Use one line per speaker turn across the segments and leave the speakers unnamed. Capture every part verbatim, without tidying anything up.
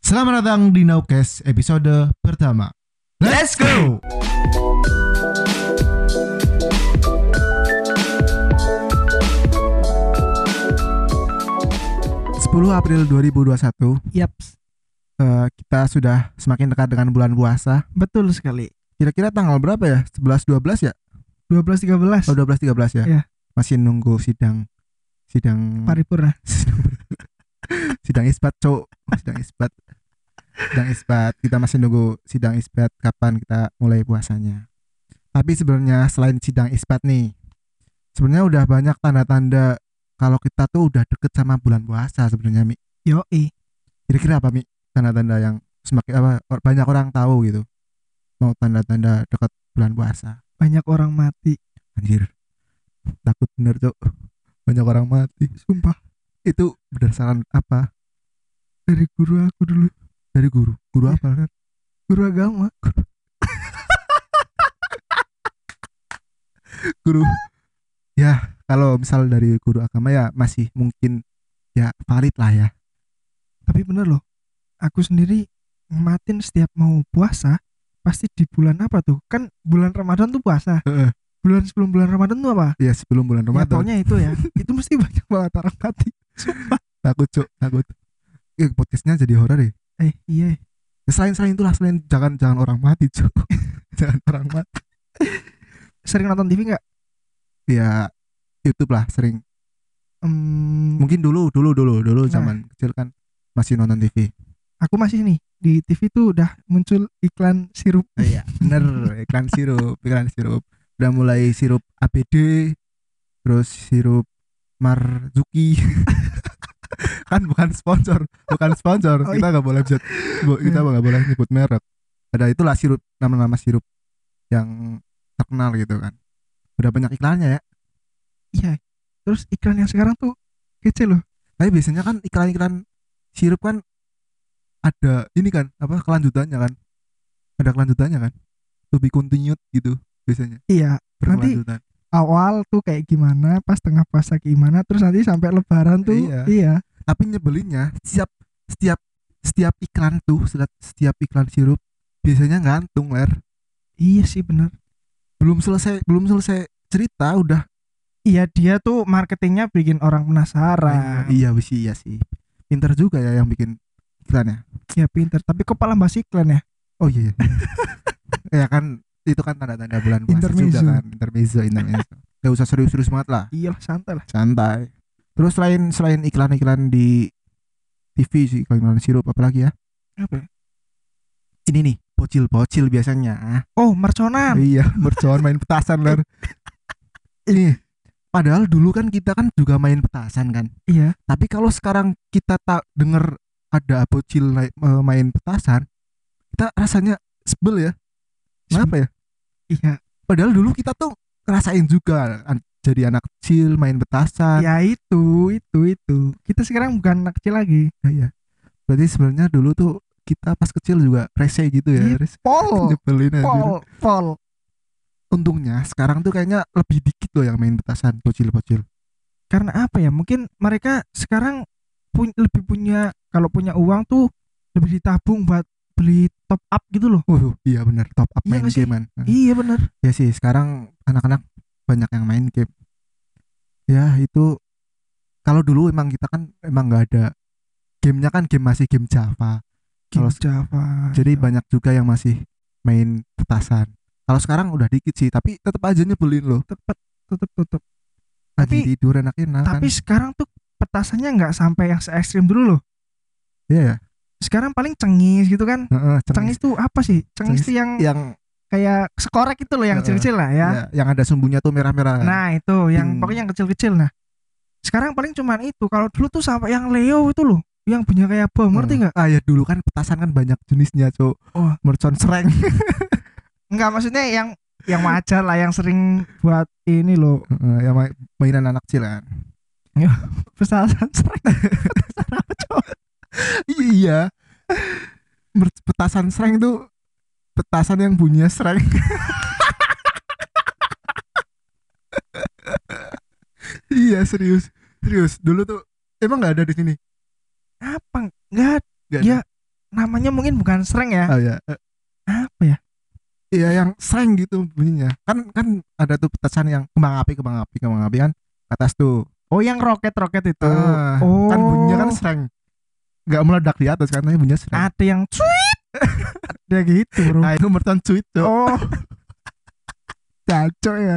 Selamat datang di Nowcast episode pertama.
Let's go!
sepuluh April dua ribu dua puluh satu.
Yaps,
eh, Kita sudah semakin dekat dengan bulan puasa.
betul sekali.
Kira-kira tanggal berapa ya? sebelas dua belas ya?
dua belas tiga belas
Oh dua belas tiga belas ya?
Iya.
Masih nunggu sidang Sidang
paripurna.
Sidang isbat cok Sidang isbat Sidang isbat Kita masih nunggu sidang isbat kapan kita mulai puasanya. Tapi sebenarnya selain sidang isbat nih, sebenarnya udah banyak tanda-tanda kalau kita tuh udah deket sama bulan puasa sebenarnya, Mi.
Yoi.
Kira-kira apa, Mi? Tanda-tanda yang semakin apa or- banyak orang tahu gitu. Mau tanda-tanda dekat bulan puasa.
Banyak orang mati.
Anjir. Takut bener, Cok. Banyak orang mati.
Sumpah.
Itu berdasarkan apa?
Dari guru aku dulu.
Dari guru. Guru
Iya.
apa kan?
Guru agama.
Guru. Ya, kalau misal dari guru agama ya masih mungkin ya valid lah ya.
Tapi bener loh. Aku sendiri ngematin setiap mau puasa. Pasti di bulan apa tuh? Kan bulan Ramadan tuh puasa.
Heeh.
Bulan sebelum bulan Ramadan tuh apa?
Ya sebelum bulan
Ya,
Ramadan.
pokoknya itu ya. Itu mesti banyak banget orang mati. Sumpah.
Takut, Cok. Takut. Eh, podcastnya jadi horor deh.
Eh iya.
Ya, selain selain itulah selain jangan jangan orang mati, Cok. Jangan orang mati.
Sering nonton T V nggak?
Ya YouTube lah sering.
Hmm,
Mungkin dulu dulu dulu dulu
Nah.
zaman kecil kan masih nonton T V.
aku masih nih di T V tuh udah muncul iklan sirup.
Oh, iya, bener, iklan sirup, iklan sirup. Udah mulai sirup A B D, terus sirup Marzuki. Kan bukan sponsor, bukan sponsor.
Oh,
Kita nggak boleh bisa, bu- kita nggak boleh nyebut merek. Ada itulah sirup, nama-nama sirup yang terkenal gitu kan. Udah banyak iklannya ya.
Iya. Terus iklan yang sekarang tuh kece loh.
Tapi biasanya kan iklan-iklan sirup kan ada ini kan apa kelanjutannya kan? Ada kelanjutannya kan? To be continued gitu biasanya.
Iya. Nanti
Berkelanjutan.
awal tuh kayak gimana, pas tengah puasa gimana, terus nanti sampai lebaran tuh.
Iya.
Iya.
Tapi nyebelinnya setiap setiap setiap iklan tuh setiap, setiap iklan sirup biasanya gantung ler.
Iya sih bener.
Belum selesai belum selesai cerita udah.
Iya, dia tuh marketingnya bikin orang penasaran.
Iya wis iya sih. Pinter juga ya yang bikin iklannya.
Ya pinter. Tapi kok malah bahas iklan ya?
Oh iya. Iya. Ya kan itu kan tanda-tanda bulan puasa
Intermezzo.
juga kan. Intermezzo, intermezzo. Gak usah serius-serius banget lah.
Iya lah, santai lah.
Santai. Terus selain selain iklan-iklan di T V sih, iklan sirup apalagi ya?
Apa ya?
Ini nih, bocil-bocil biasanya.
Oh, merconan.
Iya, mercon main petasan ler. Ini padahal dulu kan kita kan juga main petasan kan.
Iya.
Tapi kalau sekarang kita tak denger ada bocil naik- eh, main petasan, kita rasanya sebel ya. Kenapa ya?
Iya.
Padahal dulu kita tuh ngerasain juga an- jadi anak kecil main petasan.
Ya itu, itu, itu. Kita sekarang bukan anak kecil lagi.
Ya, iya. Berarti sebenarnya dulu tuh kita pas kecil juga rese gitu ya.
Iya,
Rese.
Pol.
Nyebelin anjir.
Pol. Pol.
Untungnya sekarang tuh kayaknya lebih dikit loh yang main petasan bocil-bocil.
Karena apa ya? Mungkin mereka sekarang pun lebih punya, kalau punya uang tuh lebih ditabung buat beli top up gitu loh.
Oh iya benar, top up
Iya
main
nggak sih?
game kan. Nah,
Iya bener.
ya sih sekarang anak-anak banyak yang main game. Ya itu kalau dulu emang kita kan emang nggak ada gamenya kan game masih game Java.
Game
Kalau
Java.
Jadi
iya.
banyak juga yang masih main petasan. Kalau sekarang udah dikit sih, tapi tetap aja nyebelin loh.
Tetep, tetep, tetep.
Lagi
Tapi-
tidur enak-enak kan.
Tapi sekarang tuh petasannya nggak sampai yang se ekstrim dulu loh.
Iya ya.
Sekarang paling cengis gitu kan.
Heeh,
Cengis tuh apa sih? Cengis,
Cengis
tuh yang
yang
kayak sekorek itu loh, yang
Heeh.
kecil-kecil lah ya.
ya, yang ada sumbunya tuh merah-merah kan.
Nah itu yang
Hmm.
pokoknya yang kecil-kecil. Nah sekarang paling cuman itu. Kalau dulu tuh sampai yang Leo itu loh, yang punya kayak bom, ngerti nggak?
Ah ya dulu kan petasan kan banyak jenisnya, Cok.
Oh.
Mercon sereng.
Enggak, maksudnya yang yang wajar lah, yang sering buat ini loh,
Heeh, yang ma- mainan anak kecil kan.
petasan sering. Petasan apa coba?
Iya. Mer- petasan sereng tuh petasan yang bunyinya sereng. Iya serius, serius. Dulu tuh emang nggak ada di sini.
Apa? Enggak,
Nggak
ya
ada.
namanya mungkin bukan sreng ya.
Oh ya. Eh,
Apa ya?
Iya yang sreng gitu bunyinya. Kan kan ada tuh petasan yang kembang api, kembang api, kembang api kan ke atas tuh.
Oh, yang roket-roket itu.
Ah,
oh.
Kan bunyinya kan sreng. Gak meledak di atas karena bunyinya sreng.
Ada yang cuit. Ada gitu, Bro.
Nah, itu merton cuit tuh.
Oh.
Caco ya.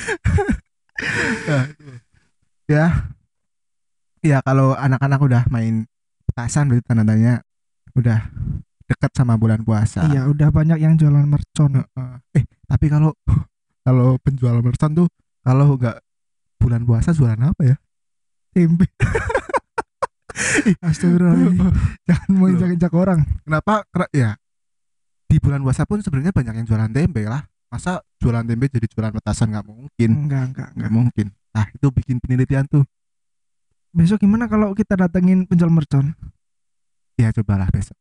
Ya. Ya kalau anak-anak udah main petasan berarti tanda-tandanya udah dekat sama bulan puasa.
Iya, udah banyak yang jualan mercon.
Heeh. Eh, tapi kalau kalau penjual mercon tuh kalau nggak bulan puasa jualan apa ya?
Tempe. Astagfirullah. Jangan mau injak-injak orang.
Kenapa? Kera- ya di bulan puasa pun sebenarnya banyak yang jualan tempe lah. Masa jualan tempe jadi jualan petasan? Nggak mungkin.
Enggak, enggak,
Nggak
enggak.
mungkin. Nah itu bikin penelitian tuh.
Besok gimana kalau kita datengin penjual mercon?
Ya cobalah besok.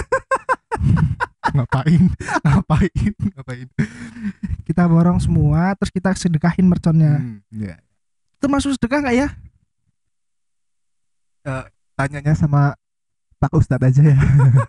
ngapain? Ngapain? Ngapain?
Kita borong semua, terus kita sedekahin merconnya.
Hmm, ya.
Itu masuk sedekah nggak ya?
Uh, tanyanya sama Pak Ustadz aja ya.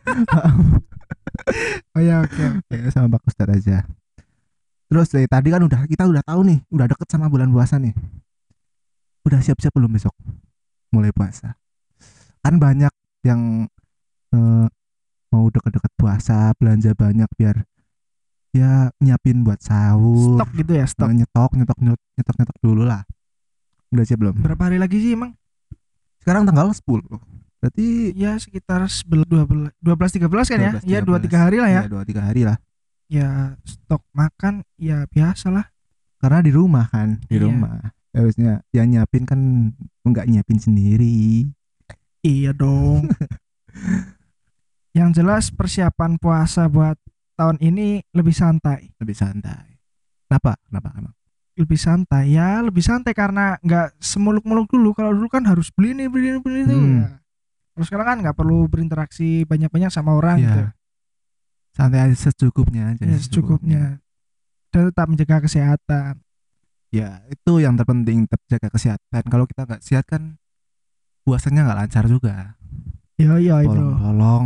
Oh ya, oke.
Ya sama Pak Ustadz aja. Terus dari tadi kan udah kita udah tahu nih, udah deket sama bulan puasa nih. Udah siap-siap belum besok mulai puasa? Kan banyak yang uh, mau deket-deket puasa, belanja banyak biar ya nyiapin buat sahur.
Stok gitu ya, stok.
Uh, nyetok, nyetok, nyetok, nyetok, nyetok dulu lah. Udah siap belum?
Berapa hari lagi sih emang?
Sekarang tanggal sepuluh. Berarti
Ya sekitar dua belas, dua belas tiga belas kan ya? Ya dua tiga hari lah ya.
Ya dua tiga hari lah.
Ya stok makan ya biasa lah.
Karena di rumah kan, di
Iya.
rumah. Harusnya yang nyiapin kan enggak nyiapin sendiri.
Iya dong. Yang jelas persiapan puasa buat tahun ini lebih santai.
Lebih santai. Kenapa? Kenapa emang?
Lebih santai ya, lebih santai karena nggak semuluk-muluk dulu. Kalau dulu kan harus beli ini, beli ini, beli itu.
Hmm.
Ya. Terus sekarang kan nggak perlu berinteraksi banyak-banyak sama orang
Iya.
gitu.
Santai aja secukupnya aja.
Ya, secukupnya. Dan tetap menjaga kesehatan.
Ya, itu yang terpenting, tetap jaga kesehatan. Kalau kita nggak sehat kan puasanya nggak lancar juga.
Yo yo bro.
Tolong-tolong.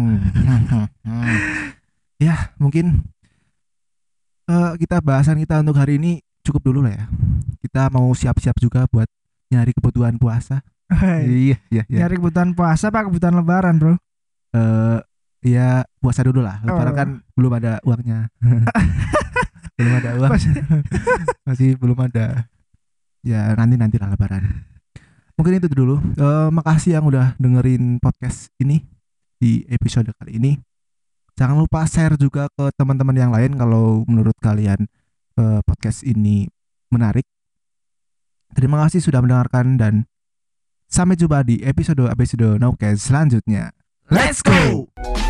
Ya, mungkin uh, kita bahasan kita untuk hari ini cukup dulu lah ya. Kita mau siap-siap juga buat nyari kebutuhan puasa. Iya, iya, iya.
Nyari kebutuhan puasa apa kebutuhan lebaran, bro?
Eh, ya puasa dulu lah. Lebaran
Oh.
kan belum ada uangnya. belum ada uang.
Masih,
Masih belum ada. Ya nanti nanti lah lebaran. Mungkin itu dulu. Eh, makasih yang udah dengerin podcast ini di episode kali ini. Jangan lupa share juga ke teman-teman yang lain kalau menurut kalian eh, podcast ini menarik. Terima kasih sudah mendengarkan dan sampai jumpa di episode episode Nowcast selanjutnya. Let's go.